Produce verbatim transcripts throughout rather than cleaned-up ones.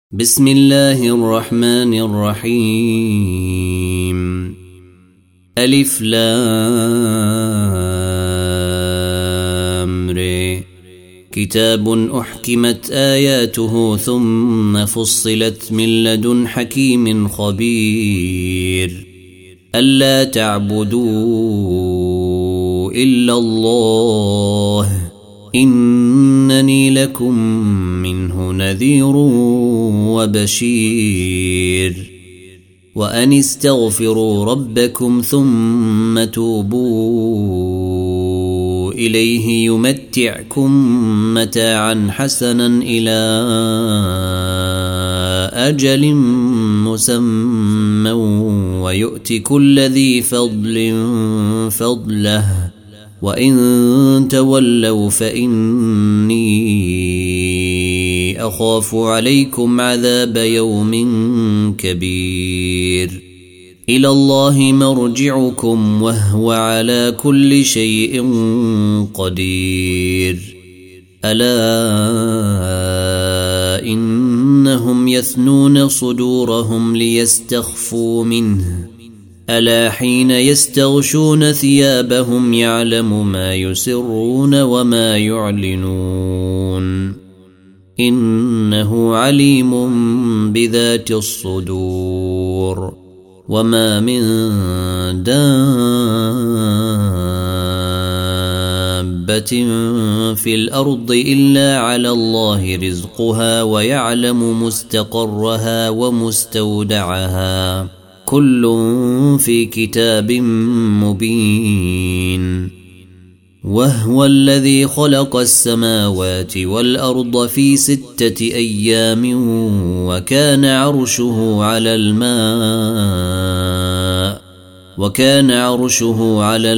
بسم الله الرحمن الرحيم. ألف لام ر. كتاب أحكمت آياته ثم فصلت من لدن حكيم خبير. ألا تعبدوا إلا الله إنني لكم منه نذير وبشير. وأن استغفروا ربكم ثم توبوا إليه يمتعكم متاعا حسنا إلى أجل مسمى ويؤت كل ذي فضل فضله وإن تولوا فإني أخاف عليكم عذاب يوم كبير. إلى الله مرجعكم وهو على كل شيء قدير. ألا إنهم يثنون صدورهم ليستخفوا منه ألا حين يستغشون ثيابهم يعلم ما يسرون وما يعلنون إنه عليم بذات الصدور. وما من دابة في الأرض إلا على الله رزقها ويعلم مستقرها ومستودعها كل في كتاب مبين. وهو الذي خلق السماوات والأرض في ستة أيام وكان عرشه على الماء وكان عرشه على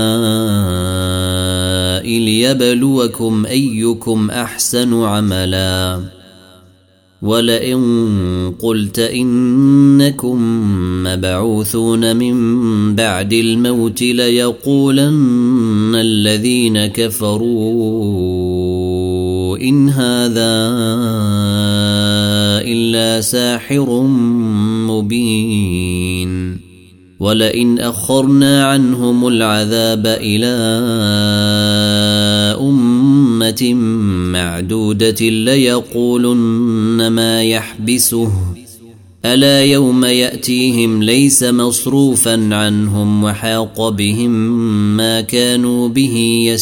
الماء ليبلوكم أيكم أحسن عملا. ولئن قلت إنكم مبعوثون من بعد الموت ليقولن الذين كفروا إن هذا إلا ساحر مبين. ولئن أخرنا عنهم العذاب إلى أمة معدودة ليقولن ما يحبسه ألا يوم يأتيهم ليس مصروفا عنهم وحاق بهم ما كانوا به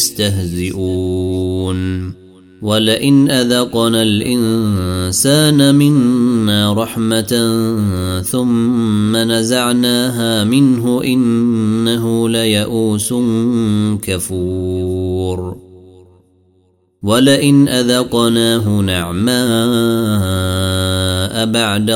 يستهزئون. ولئن أذقنا الإنسان منا رحمة ثم نزعناها منه إنه ليئوس كفور. ولئن أذقناه نعماء بعد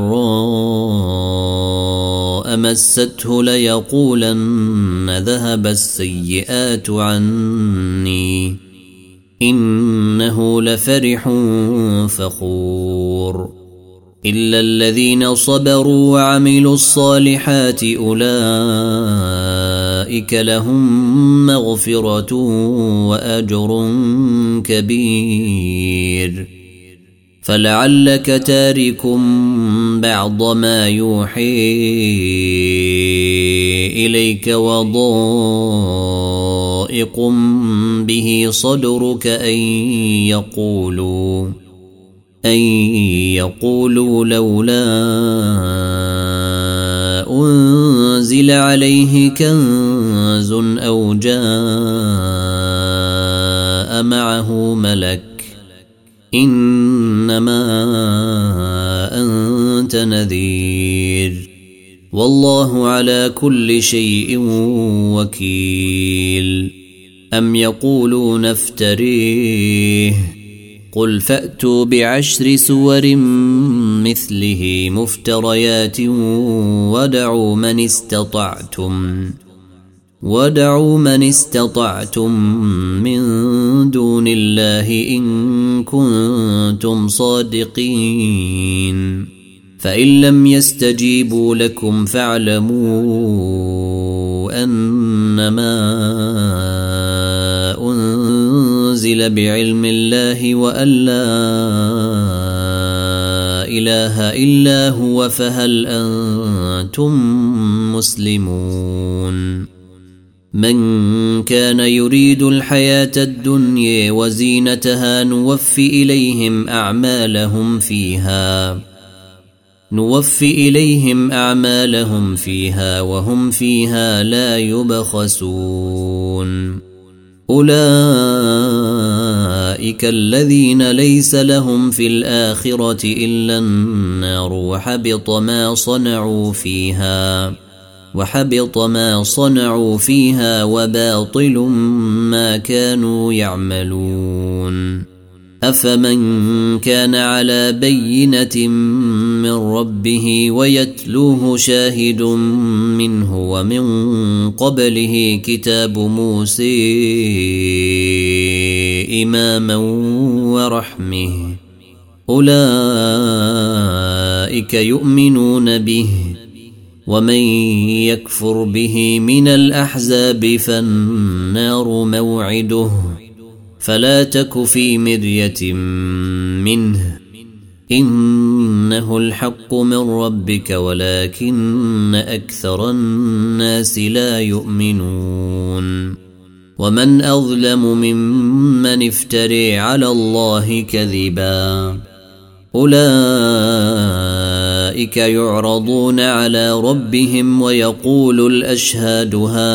ضراء مسته ليقولن ذهب السيئات عني إنه لفرح فخور. إلا الذين صبروا وعملوا الصالحات أولئك لهم مغفرة وأجر كبير. فلعلك تارك بعض ما يوحي إليك وضائق به صدرك أن يقولوا أن يقولوا لولا أنزل عليه كنز أو جاء معه ملك إنما أنت نذير والله على كل شيء وكيل. أم يقولون افتريه قل فأتوا بعشر سور مثله مفتريات ودعوا من استطعتم ودعوا من استطعتم من دون الله إن كنتم صادقين. فإن لم يستجيبوا لكم فاعلموا أنما أنزل بعلم الله وأن لا إله إلا هو فهل أنتم مسلمون من كان يريد الحياة الدنيا وزينتها نوفي إليهم أعمالهم فيها نوفي إليهم أعمالهم فيها وهم فيها لا يبخسون أولئك الذين ليس لهم في الآخرة إلا النار وحبط ما صنعوا فيها وحبط ما صنعوا فيها وباطل ما كانوا يعملون أفمن كان على بينة من ربه ويتلوه شاهد منه ومن قبله كتاب موسى إماما ورحمه أولئك يؤمنون به ومن يكفر به من الأحزاب فالنار موعده فلا تك في مرية منه إنه الحق من ربك ولكن أكثر الناس لا يؤمنون ومن أظلم ممن افتري على الله كذبا أولئك يعرضون على ربهم ويقول الأشهاد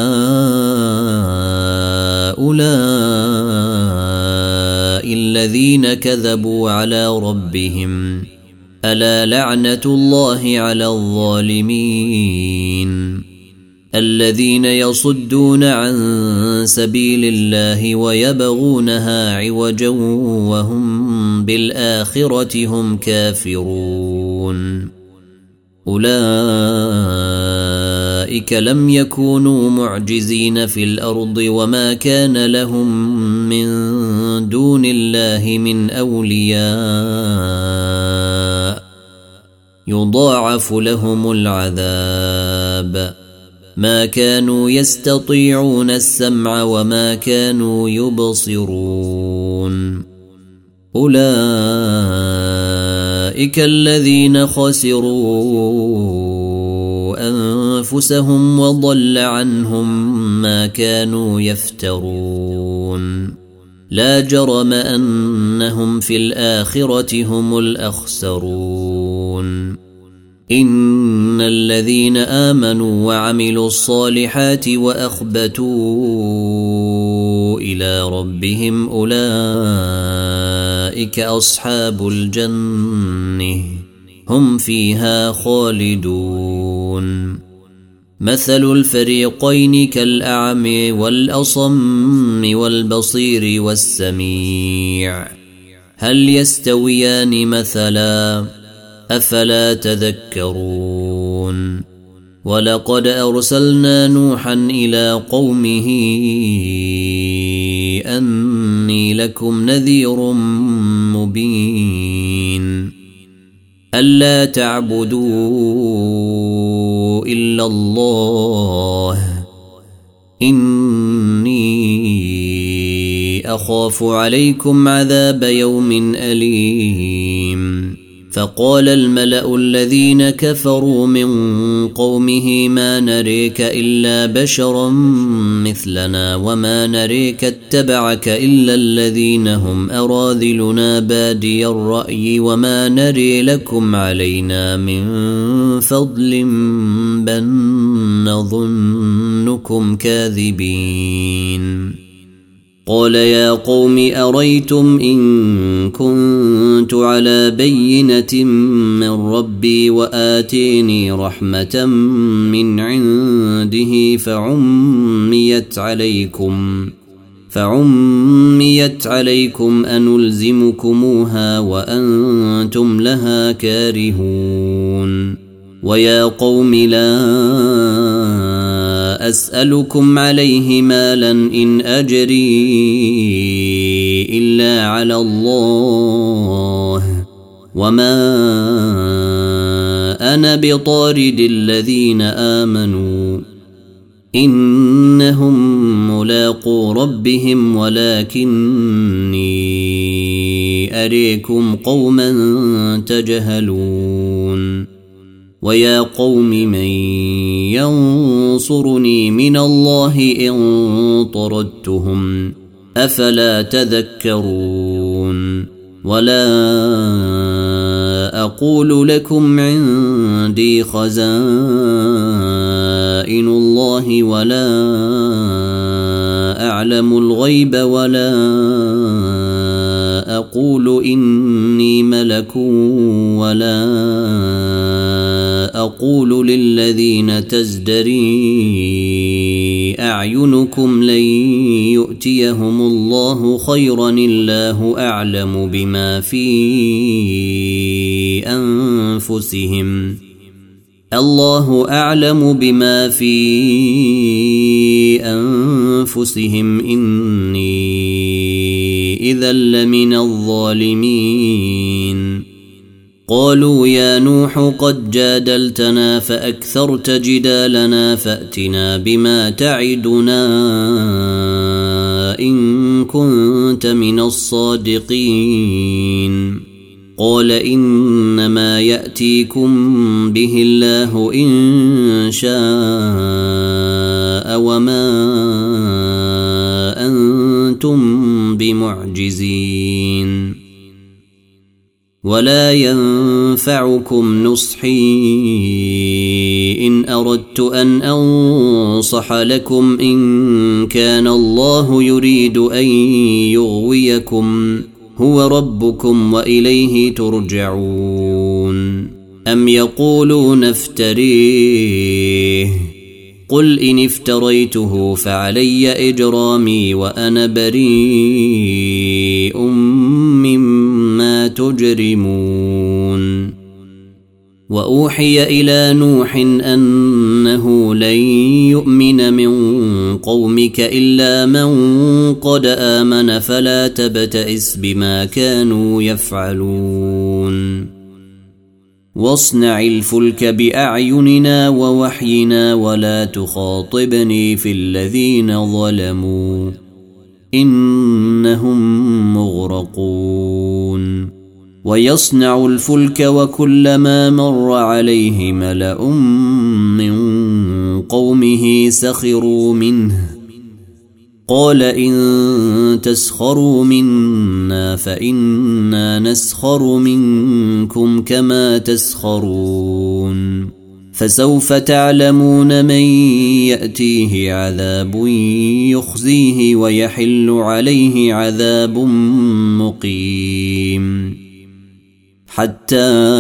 هؤلاء الذين كذبوا على ربهم ألا لعنة الله على الظالمين الذين يصدون عن سبيل الله ويبغونها عوجا وهم بالآخرة هم كافرون أولئك لم يكونوا معجزين في الأرض وما كان لهم من دون الله من أولياء يضاعف لهم العذاب ما كانوا يستطيعون السمع وما كانوا يبصرون أولئك الذين خسروا أنفسهم وضل عنهم ما كانوا يفترون لا جرم أنهم في الآخرة هم الأخسرون إن الذين آمنوا وعملوا الصالحات وأخبتوا إلى ربهم أولئك أصحاب الجنة هم فيها خالدون مثل الفريقين كالأعمى والأصم والبصير والسميع هل يستويان مثلا أفلا تذكرون ولقد أرسلنا نوحا إلى قومه أني لكم نذير مبين ألا تعبدوا إلا الله إني أخاف عليكم عذاب يوم أليم فقال الملأ الذين كفروا من قومه ما نريك إلا بشرا مثلنا وما نريك اتبعك إلا الذين هم أراذلنا بادي الرأي وما نري لكم علينا من فضل بل نظنكم كاذبين قال يا قوم أريتم إن كنت على بينة من ربي وآتيني رحمة من عنده فعميت عليكم فعميت عليكم أنلزمكموها وأنتم لها كارهون ويا قوم لا أسألكم عليه مالا إن أجري إلا على الله وما أنا بطارد الذين آمنوا إنهم ملاقو ربهم ولكني أريكم قوما تجهلون ويا قوم من ينصرني من الله إن طردتهم أفلا تذكرون ولا أقول لكم عندي خزائن الله ولا أعلم الغيب ولا أقول إني ملك ولا أقول للذين تزدري أعينكم لن يؤتيهم الله خيرا الله أعلم بما في أنفسهم الله أعلم بما في أنفسهم إني إذا لمن الظالمين قالوا يا نوح قد جادلتنا فأكثرت جدالنا فأتنا بما تعدنا إن كنت من الصادقين قال إنما يأتيكم به الله إن شاء وما أنتم بمعجزين ولا ينفعكم نصحي إن أردت أن أنصح لكم إن كان الله يريد أن يغويكم هو ربكم وإليه ترجعون أم يقولون افتريه قل إن افتريته فعلي إجرامي وأنا بريء مما تجرمون وأوحي إلى نوح أنه لن يؤمن من قومك إلا من قد آمن فلا تبتئس بما كانوا يفعلون واصنع الفلك بأعيننا ووحينا ولا تخاطبني في الذين ظلموا إنهم مغرقون ويصنع الفلك وكلما مر عليه ملأ من قومه سخروا منه قال إن تسخروا منا فإنا نسخر منكم كما تسخرون فسوف تعلمون من يأتيه عذاب يخزيه ويحل عليه عذاب مقيم حتى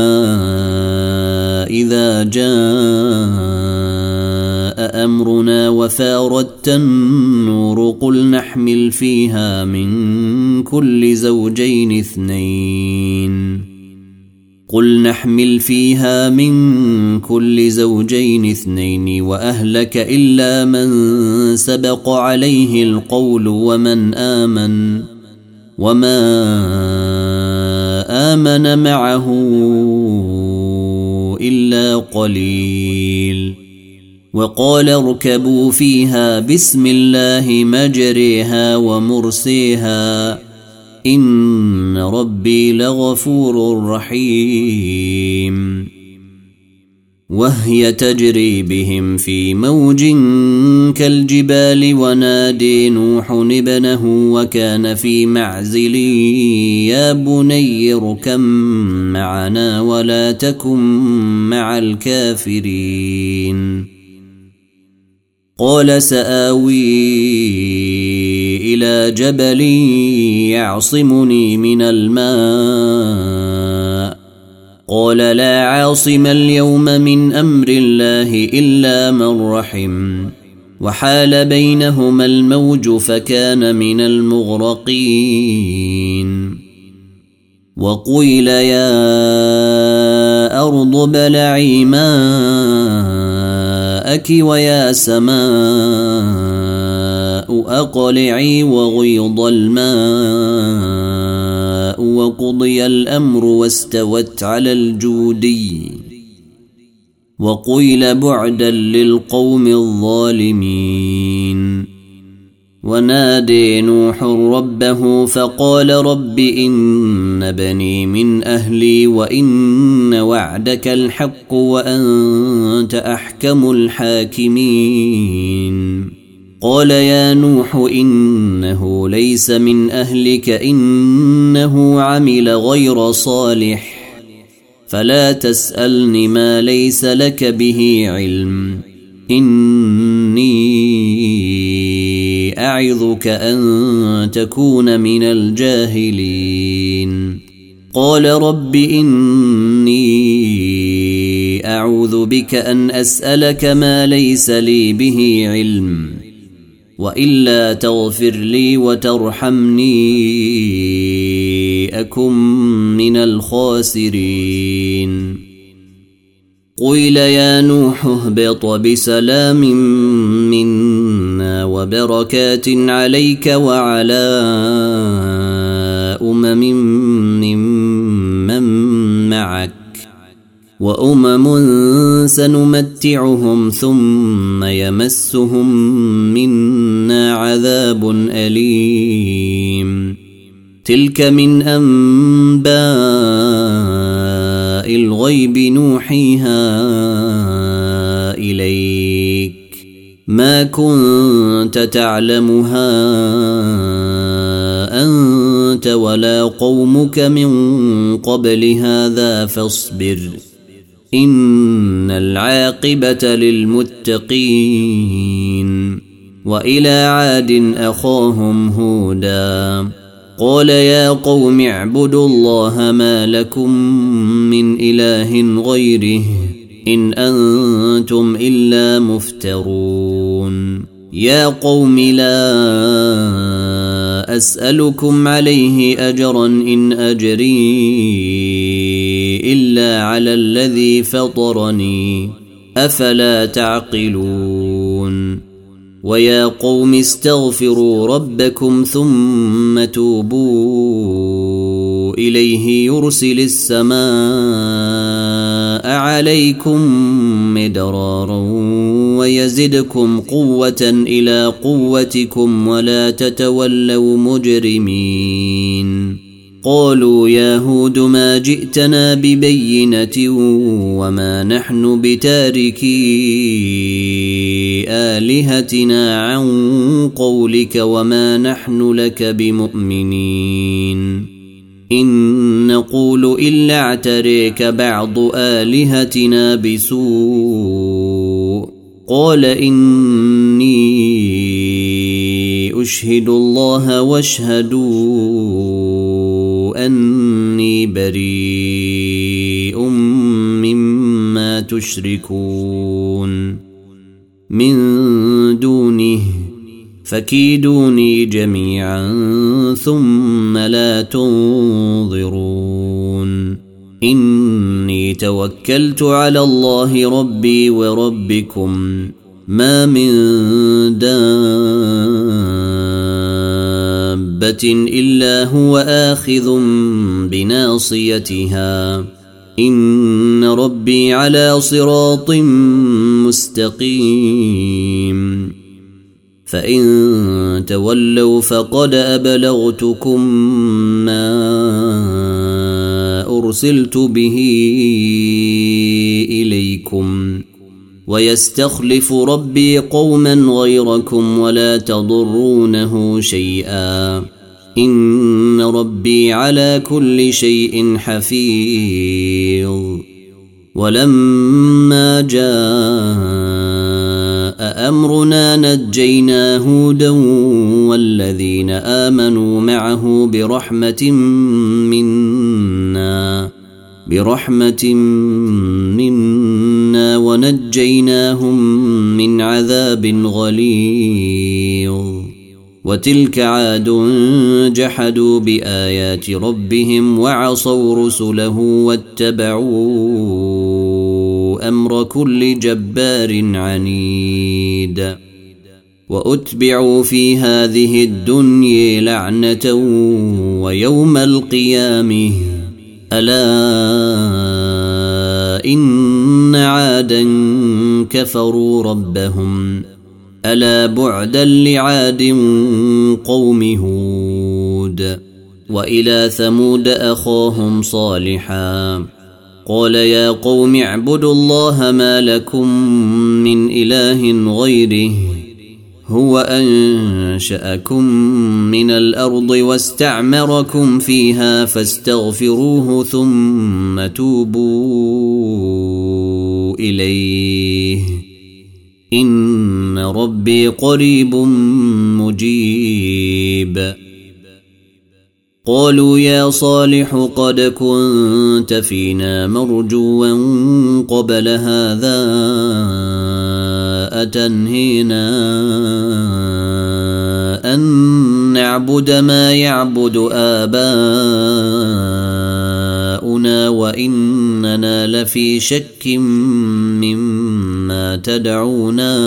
إذا جاء أمرنا وفارت النور قل نحمل فيها من كل زوجين اثنين قل نحمل فيها من كل زوجين اثنين وأهلك إلا من سبق عليه القول ومن آمن وما آمن معه إلا قليل وقال اركبوا فيها بسم الله مجريها ومرسيها إن ربي لغفور رحيم وهي تجري بهم في موج كالجبال ونادي نوح ابنه وكان في معزل يا بني اركب معنا ولا تكن مع الكافرين قال سآوي إلى جبل يعصمني من الماء قال لا عاصم اليوم من أمر الله إلا من رحم وحال بينهما الموج فكان من المغرقين وقيل يا أرض بلعي ماءك ويا سماء أقلعي وغيض الماء وقضي الأمر واستوت على الجودي وقيل بعدا للقوم الظالمين ونادي نوح ربه فقال رب إن بني من أهلي وإن وعدك الحق وأنت أحكم الحاكمين قال يا نوح إنه ليس من أهلك إنه عمل غير صالح فلا تسألني ما ليس لك به علم إني أعظك أن تكون من الجاهلين قال رب إني أعوذ بك أن أسألك ما ليس لي به علم وإلا تغفر لي وترحمني أكن من الخاسرين قيل يا نوح اهبط بسلام منا وبركات عليك وعلى أمم ممن معك وأمم سنمتعهم ثم يمسهم منا عذاب أليم تلك من أنباء الغيب نوحيها إليك ما كنت تعلمها أنت ولا قومك من قبل هذا فاصبر إن العاقبة للمتقين وإلى عاد أخاهم هودا قال يا قوم اعبدوا الله ما لكم من إله غيره إن أنتم إلا مفترون يا قوم لا أسألكم عليه أجرا إن أجري إلا على الذي فطرني أفلا تعقلون ويا قوم استغفروا ربكم ثم توبوا إليه يرسل السماء عليكم مدرارا ويزدكم قوة إلى قوتكم ولا تتولوا مجرمين قالوا يا هود ما جئتنا ببينة وما نحن بتاركي آلهتنا عن قولك وما نحن لك بمؤمنين إن نقول إلا اعتريك بعض آلهتنا بسوء قال إني أشهد الله واشهدوا أني بريء مما تشركون من دونه فكيدوني جميعا ثم لا تنظرون إني توكلت على الله ربي وربكم ما من دابة إلا هو آخذ بناصيتها إن ربي على صراط مستقيم فإن تولوا فقد أبلغتكم ما أرسلت به إليكم ويستخلف ربي قوما غيركم ولا تضرونه شيئا إن ربي على كل شيء حفيظ ولما جاء أمرنا نجينا هودا والذين آمنوا معه برحمة منا برحمة منا ونجيناهم من عذاب غليظ وتلك عاد جحدوا بآيات ربهم وعصوا رسله واتبعوا أمر كل جبار عنيد وأتبعوا في هذه الدنيا لعنة ويوم القيامة ألا إن عادا كفروا ربهم ألا بعدا لعاد قوم هود. وإلى ثمود أخاهم صالحا قال يا قوم اعبدوا الله ما لكم من إله غيره هو أنشأكم من الأرض واستعمركم فيها فاستغفروه ثم توبوا إليه إن ربي قريب مجيب. قالوا يا صالح قد كنت فينا مرجوا قبل هذا أتنهينا أن نعبد ما يعبد آباؤنا وإننا لفي شك مما تدعونا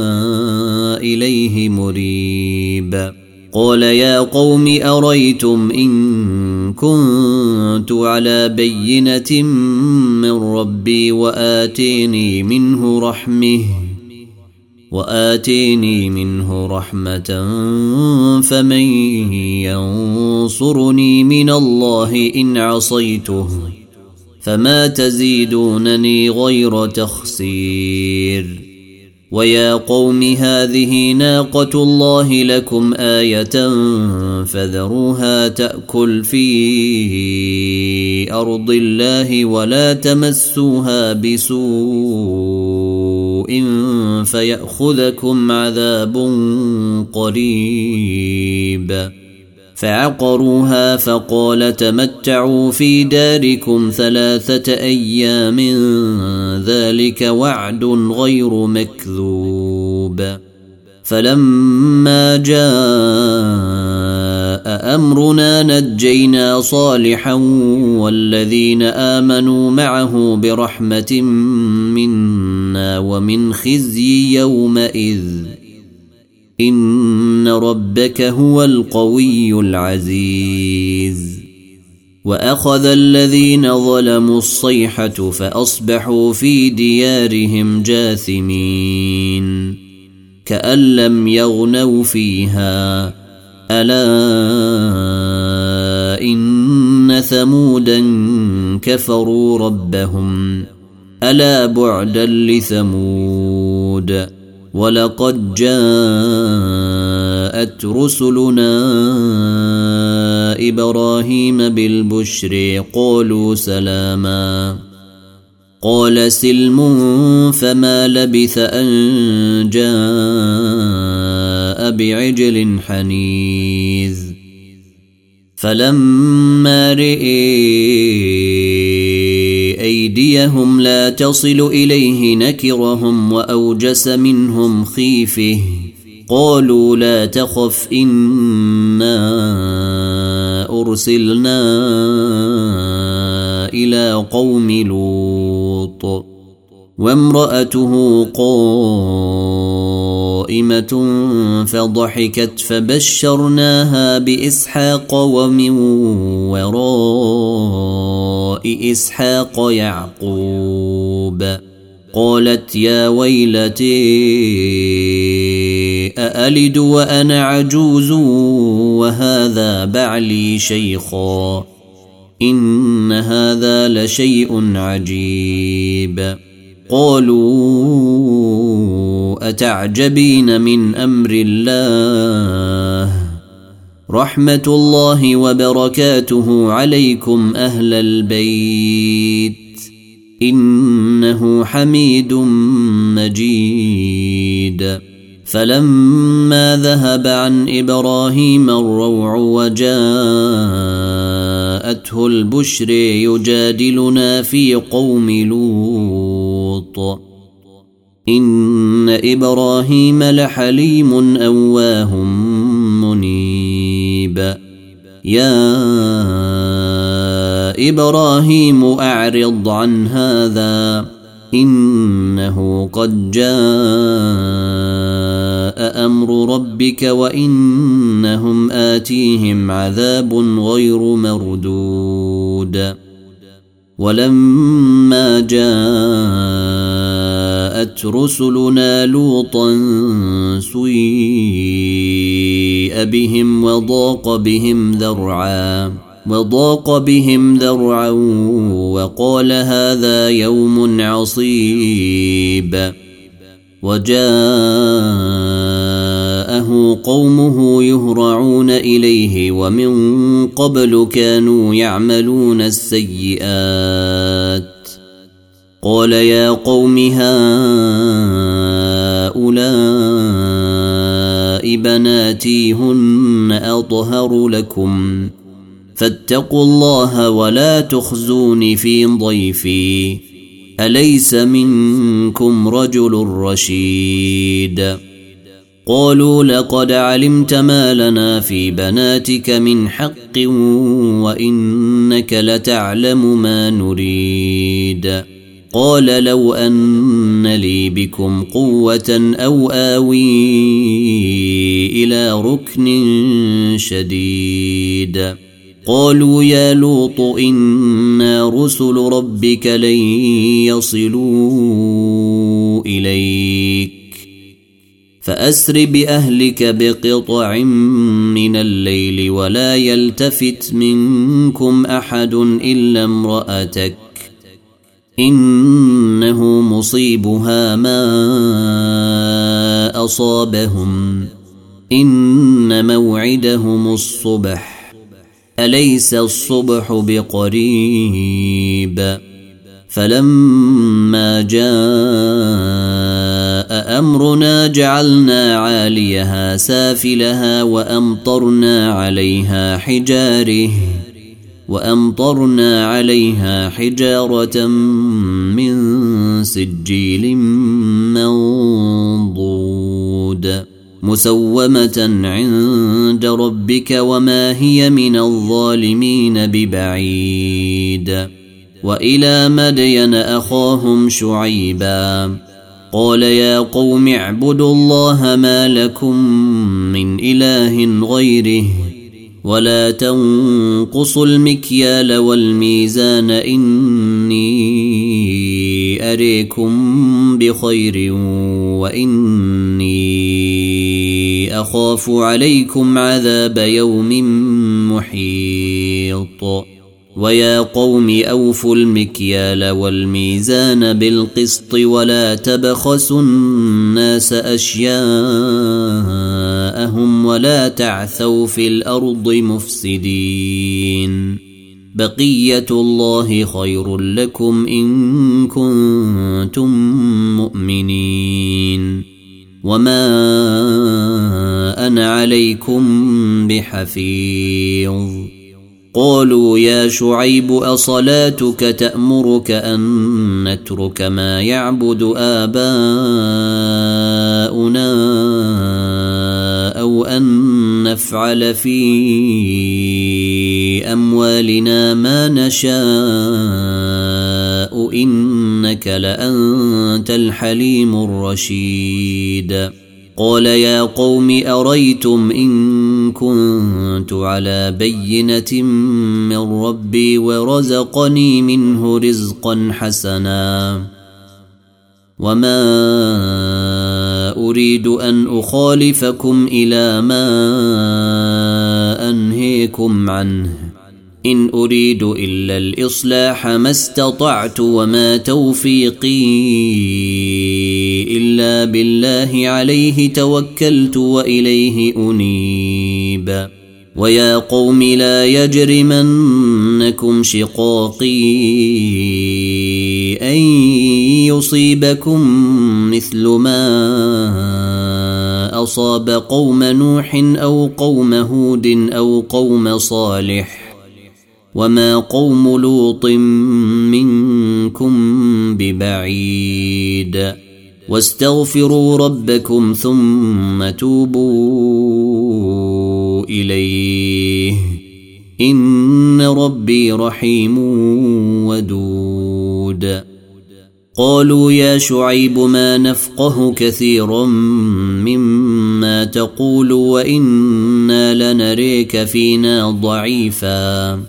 إليه مريب. قال يا قوم أريتم إن كنت على بينة من ربي وآتيني منه رحمه وآتيني منه رحمة فمن ينصرني من الله إن عصيته فما تزيدونني غير تخسير. ويا قوم هذه ناقة الله لكم آية فذروها تأكل في أرض الله ولا تمسوها بسوء فيأخذكم عذاب قريب. فعقروها فقال تمتعوا في داركم ثلاثة أيام ذلك وعد غير مكذوب. فلما جاء أمرنا نجينا صالحا والذين آمنوا معه برحمة منا ومن خزي يومئذ إن ربك هو القوي العزيز. وأخذ الذين ظلموا الصيحة فأصبحوا في ديارهم جاثمين كأن لم يغنوا فيها ألا إن ثمودا كفروا ربهم ألا بعدا لثمود. ولقد جاءت رسلنا إبراهيم بالبشر قالوا سلاما قال سلم فما لبث أن جاء بعجل حنيذ. فلما رئي أيديهم لا تصل إليه نكرهم وأوجس منهم خيفه قالوا لا تخف إنا أرسلنا إلى قوم لوط وامرأته قائمة فضحكت فبشرناها بإسحاق ومن وراء إسحاق يعقوب. قالت يا ويلتي أألد وأنا عجوز وهذا بعلي شيخا إن هذا لشيء عجيب. قالوا أتعجبين من أمر الله رحمة الله وبركاته عليكم أهل البيت إنه حميد مجيد. فلما ذهب عن إبراهيم الروع وجاءته البشر يجادلنا في قوم لوط إن إبراهيم لحليم أواه منيب. يا إبراهيم أعرض عن هذا إنه قد جاء أمر ربك وإنهم آتيهم عذاب غير مردود. ولما جاءت كذبت رسلنا لوطا سيء بهم وضاق بهم ذرعا وضاق بهم ذرعا وقال هذا يوم عصيب وجاءه قومه يهرعون إليه ومن قبل كانوا يعملون السيئات قال يا قوم هؤلاء بناتي هن أطهر لكم فاتقوا الله ولا تخزون في ضيفي أليس منكم رجل رشيد قالوا لقد علمت ما لنا في بناتك من حق وإنك لتعلم ما نريد قال لو أن لي بكم قوة أو آوي إلى ركن شديد قالوا يا لوط إنا رسل ربك لن يصلوا إليك فأسر بأهلك بقطع من الليل ولا يلتفت منكم أحد إلا امرأتك إنه مصيبها ما أصابهم إن موعدهم الصبح أليس الصبح بقريب فلما جاء أمرنا جعلنا عاليها سافلها وأمطرنا عليها حجاره وأمطرنا عليها حجارة من سجيل منضود مسومة عند ربك وما هي من الظالمين ببعيد وإلى مدين أخاهم شعيبا قال يا قوم اعبدوا الله ما لكم من إله غيره ولا تنقصوا المكيال والميزان إني أريكم بخير وإني أخاف عليكم عذاب يوم محيط ويا قوم أوفوا المكيال والميزان بالقسط ولا تبخسوا الناس أشياءهم ولا تعثوا في الأرض مفسدين بقية الله خير لكم إن كنتم مؤمنين وما أنا عليكم بحفيظ قالوا يا شعيب أصلاتك تأمرك أن نترك ما يعبد آباؤنا أو أن نفعل في أموالنا ما نشاء إنك لأنت الحليم الرشيد قال يا قوم أريتم إن كنت على بينة من ربي ورزقني منه رزقا حسنا وما أريد أن أخالفكم إلى ما أنهيكم عنه إن أريد إلا الإصلاح ما استطعت وما توفيقي إلا بالله عليه توكلت وإليه أنيب ويا قوم لا يجرمنكم شقاقي أن يصيبكم مثل ما أصاب قوم نوح أو قوم هود أو قوم صالح وما قوم لوط منكم ببعيد واستغفروا ربكم ثم توبوا إليه إن ربي رحيم ودود قالوا يا شعيب ما نفقه كثيرا مما تقول وإنا لنريك فينا ضعيفا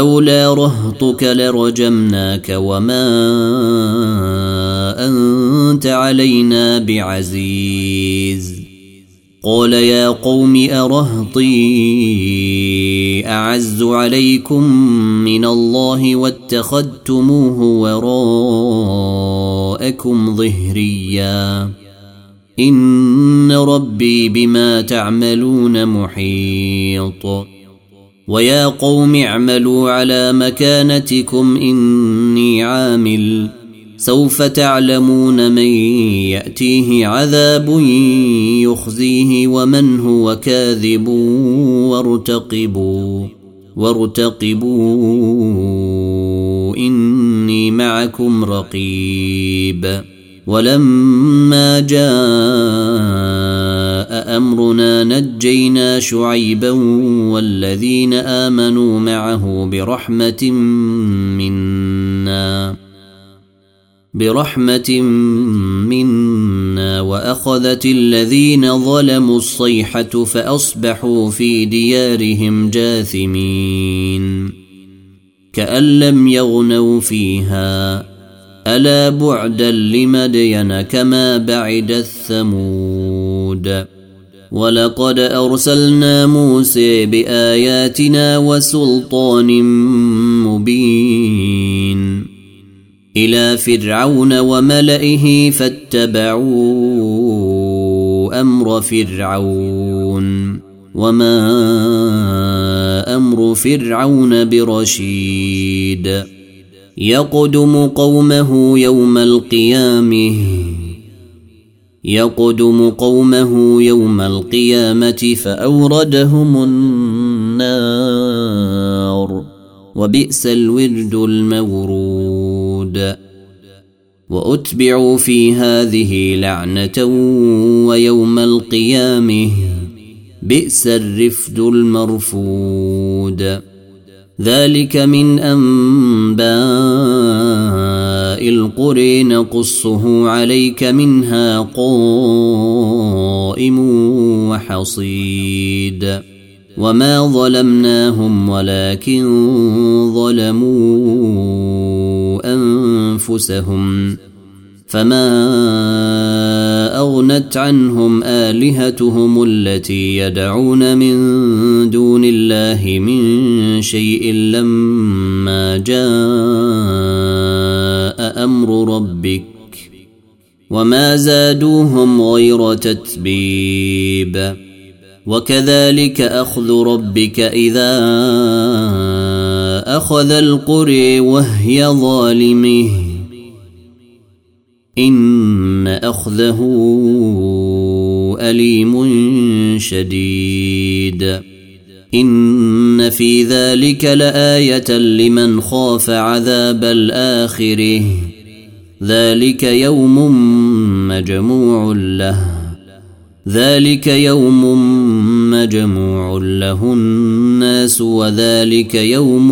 ولولا رهطك لرجمناك وما أنت علينا بعزيز. قال يا قوم أرهطي أعز عليكم من الله واتخذتموه وراءكم ظهريا إن ربي بما تعملون محيط. ويا قوم اعملوا على مكانتكم إني عامل سوف تعلمون من يأتيه عذاب يخزيه ومن هو كاذب وارتقبوا وارتقبوا إني معكم رقيب. ولما جاء أمرنا نجينا شعيبا والذين آمنوا معه برحمة منا برحمة منا وأخذت الذين ظلموا الصيحة فأصبحوا في ديارهم جاثمين كأن لم يغنوا فيها ألا بعدا لمدين كما بعد الثمود. ولقد أرسلنا موسى بآياتنا وسلطان مبين إلى فرعون وملئه فاتبعوا أمر فرعون وما أمر فرعون برشيد. يقدم قومه يوم القيامة يقدم قومه يوم القيامة فأوردهم النار وبئس الورد المورود. وأتبعوا في هذه لعنة ويوم القيامة بئس الرفد المرفود. ذلك من أنباء القرى نقصه عليك منها قائم وحصيد. وما ظلمناهم ولكن ظلموا أنفسهم فما أغنت عنهم آلهتهم التي يدعون من دون الله من شيء لما جاء أمر ربك وما زادوهم غير تتبيب. وكذلك أخذ ربك إذا أخذ القرى وهي ظالمة إن أخذه أليم شديد. إن في ذلك لآية لمن خاف عذاب الآخرة ذلك يوم مجموع له ذلك يوم مجموع له الناس وذلك يوم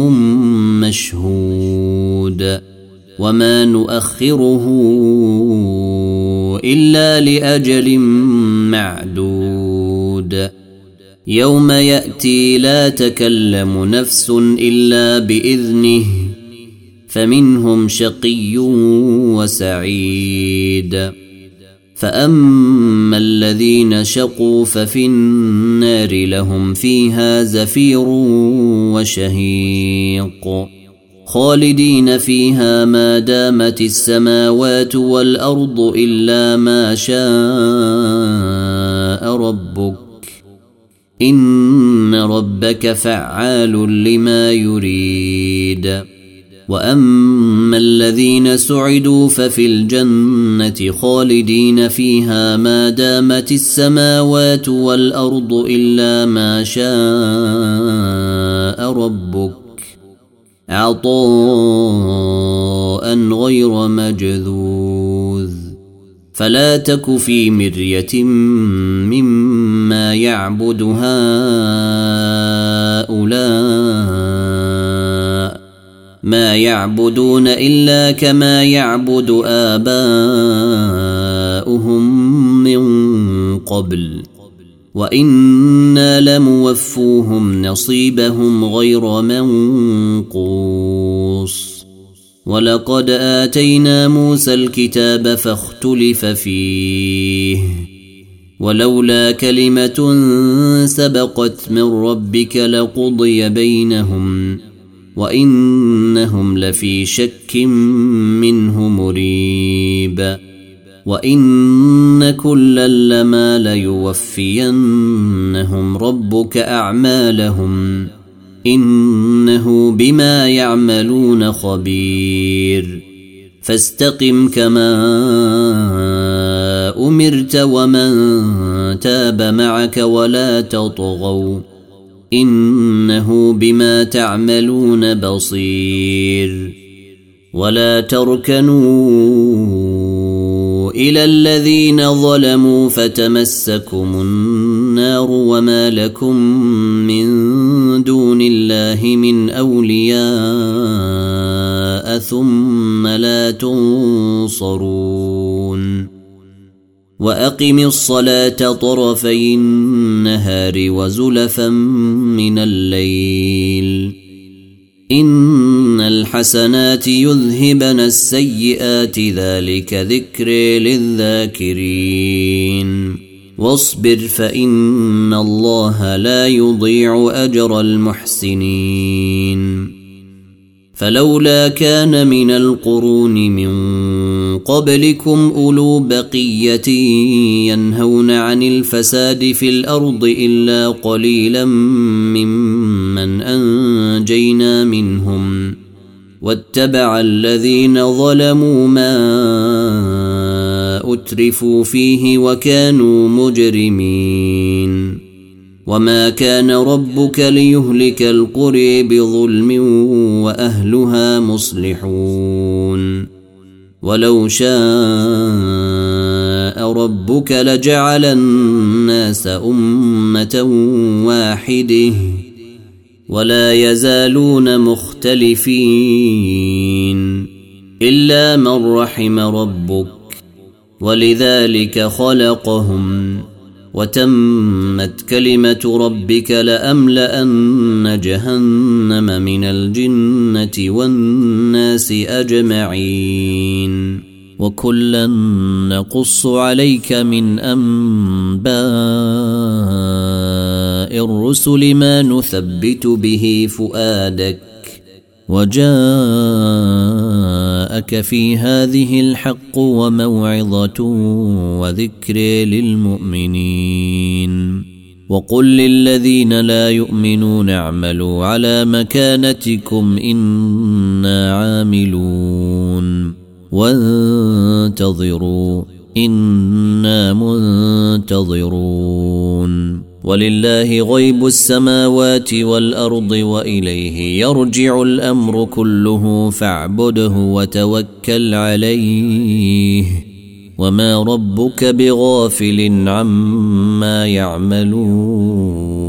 مشهود. وما نؤخره إلا لأجل معدود. يوم يأتي لا تكلم نفس إلا بإذنه فمنهم شقي وسعيد. فأما الذين شقوا ففي النار لهم فيها زفير وشهيق خالدين فيها ما دامت السماوات والأرض إلا ما شاء ربك إن ربك فعال لما يريد. وأما الذين سعدوا ففي الجنة خالدين فيها ما دامت السماوات والأرض إلا ما شاء ربك عطاء غير مجذوذ. فلا تك في مرية مما يعبد هؤلاء ما يعبدون إلا كما يعبد آباؤهم من قبل وإنا لموفوهم نصيبهم غير منقوص. ولقد آتينا موسى الكتاب فاختلف فيه ولولا كلمة سبقت من ربك لقضي بينهم وإنهم لفي شك منه مريب وإن كلا لما ليوفينهم ربك أعمالهم إنه بما يعملون خبير فاستقم كما أمرت ومن تاب معك ولا تطغوا إنه بما تعملون بصير ولا تركنوا إلى الذين ظلموا فتمسكم النار وما لكم من دون الله من أولياء ثم لا تنصرون وأقم الصلاة طرفي النهار وزلفا من الليل إن الحسنات يذهبن السيئات ذلك ذكر للذاكرين واصبر فإن الله لا يضيع أجر المحسنين فلولا كان من القرون من قبلكم أولو بقية ينهون عن الفساد في الأرض إلا قليلا ممن أنجينا منهم واتبع الذين ظلموا ما أترفوا فيه وكانوا مجرمين وما كان ربك ليهلك القرى بظلم وأهلها مصلحون ولو شاء ربك لجعل الناس أمة واحدة ولا يزالون مختلفين إلا من رحم ربك ولذلك خلقهم وتمت كلمة ربك لأملأن جهنم من الجنة والناس أجمعين وكلا نقص عليك من أنباء الرسل ما نثبت به فؤادك وجاءك في هذه الحق وموعظة وذكر للمؤمنين وقل للذين لا يؤمنون اعملوا على مكانتكم إنا عاملون وانتظروا إنا منتظرون ولله غيب السماوات والأرض وإليه يرجع الأمر كله فاعبده وتوكل عليه وما ربك بغافل عما يعملون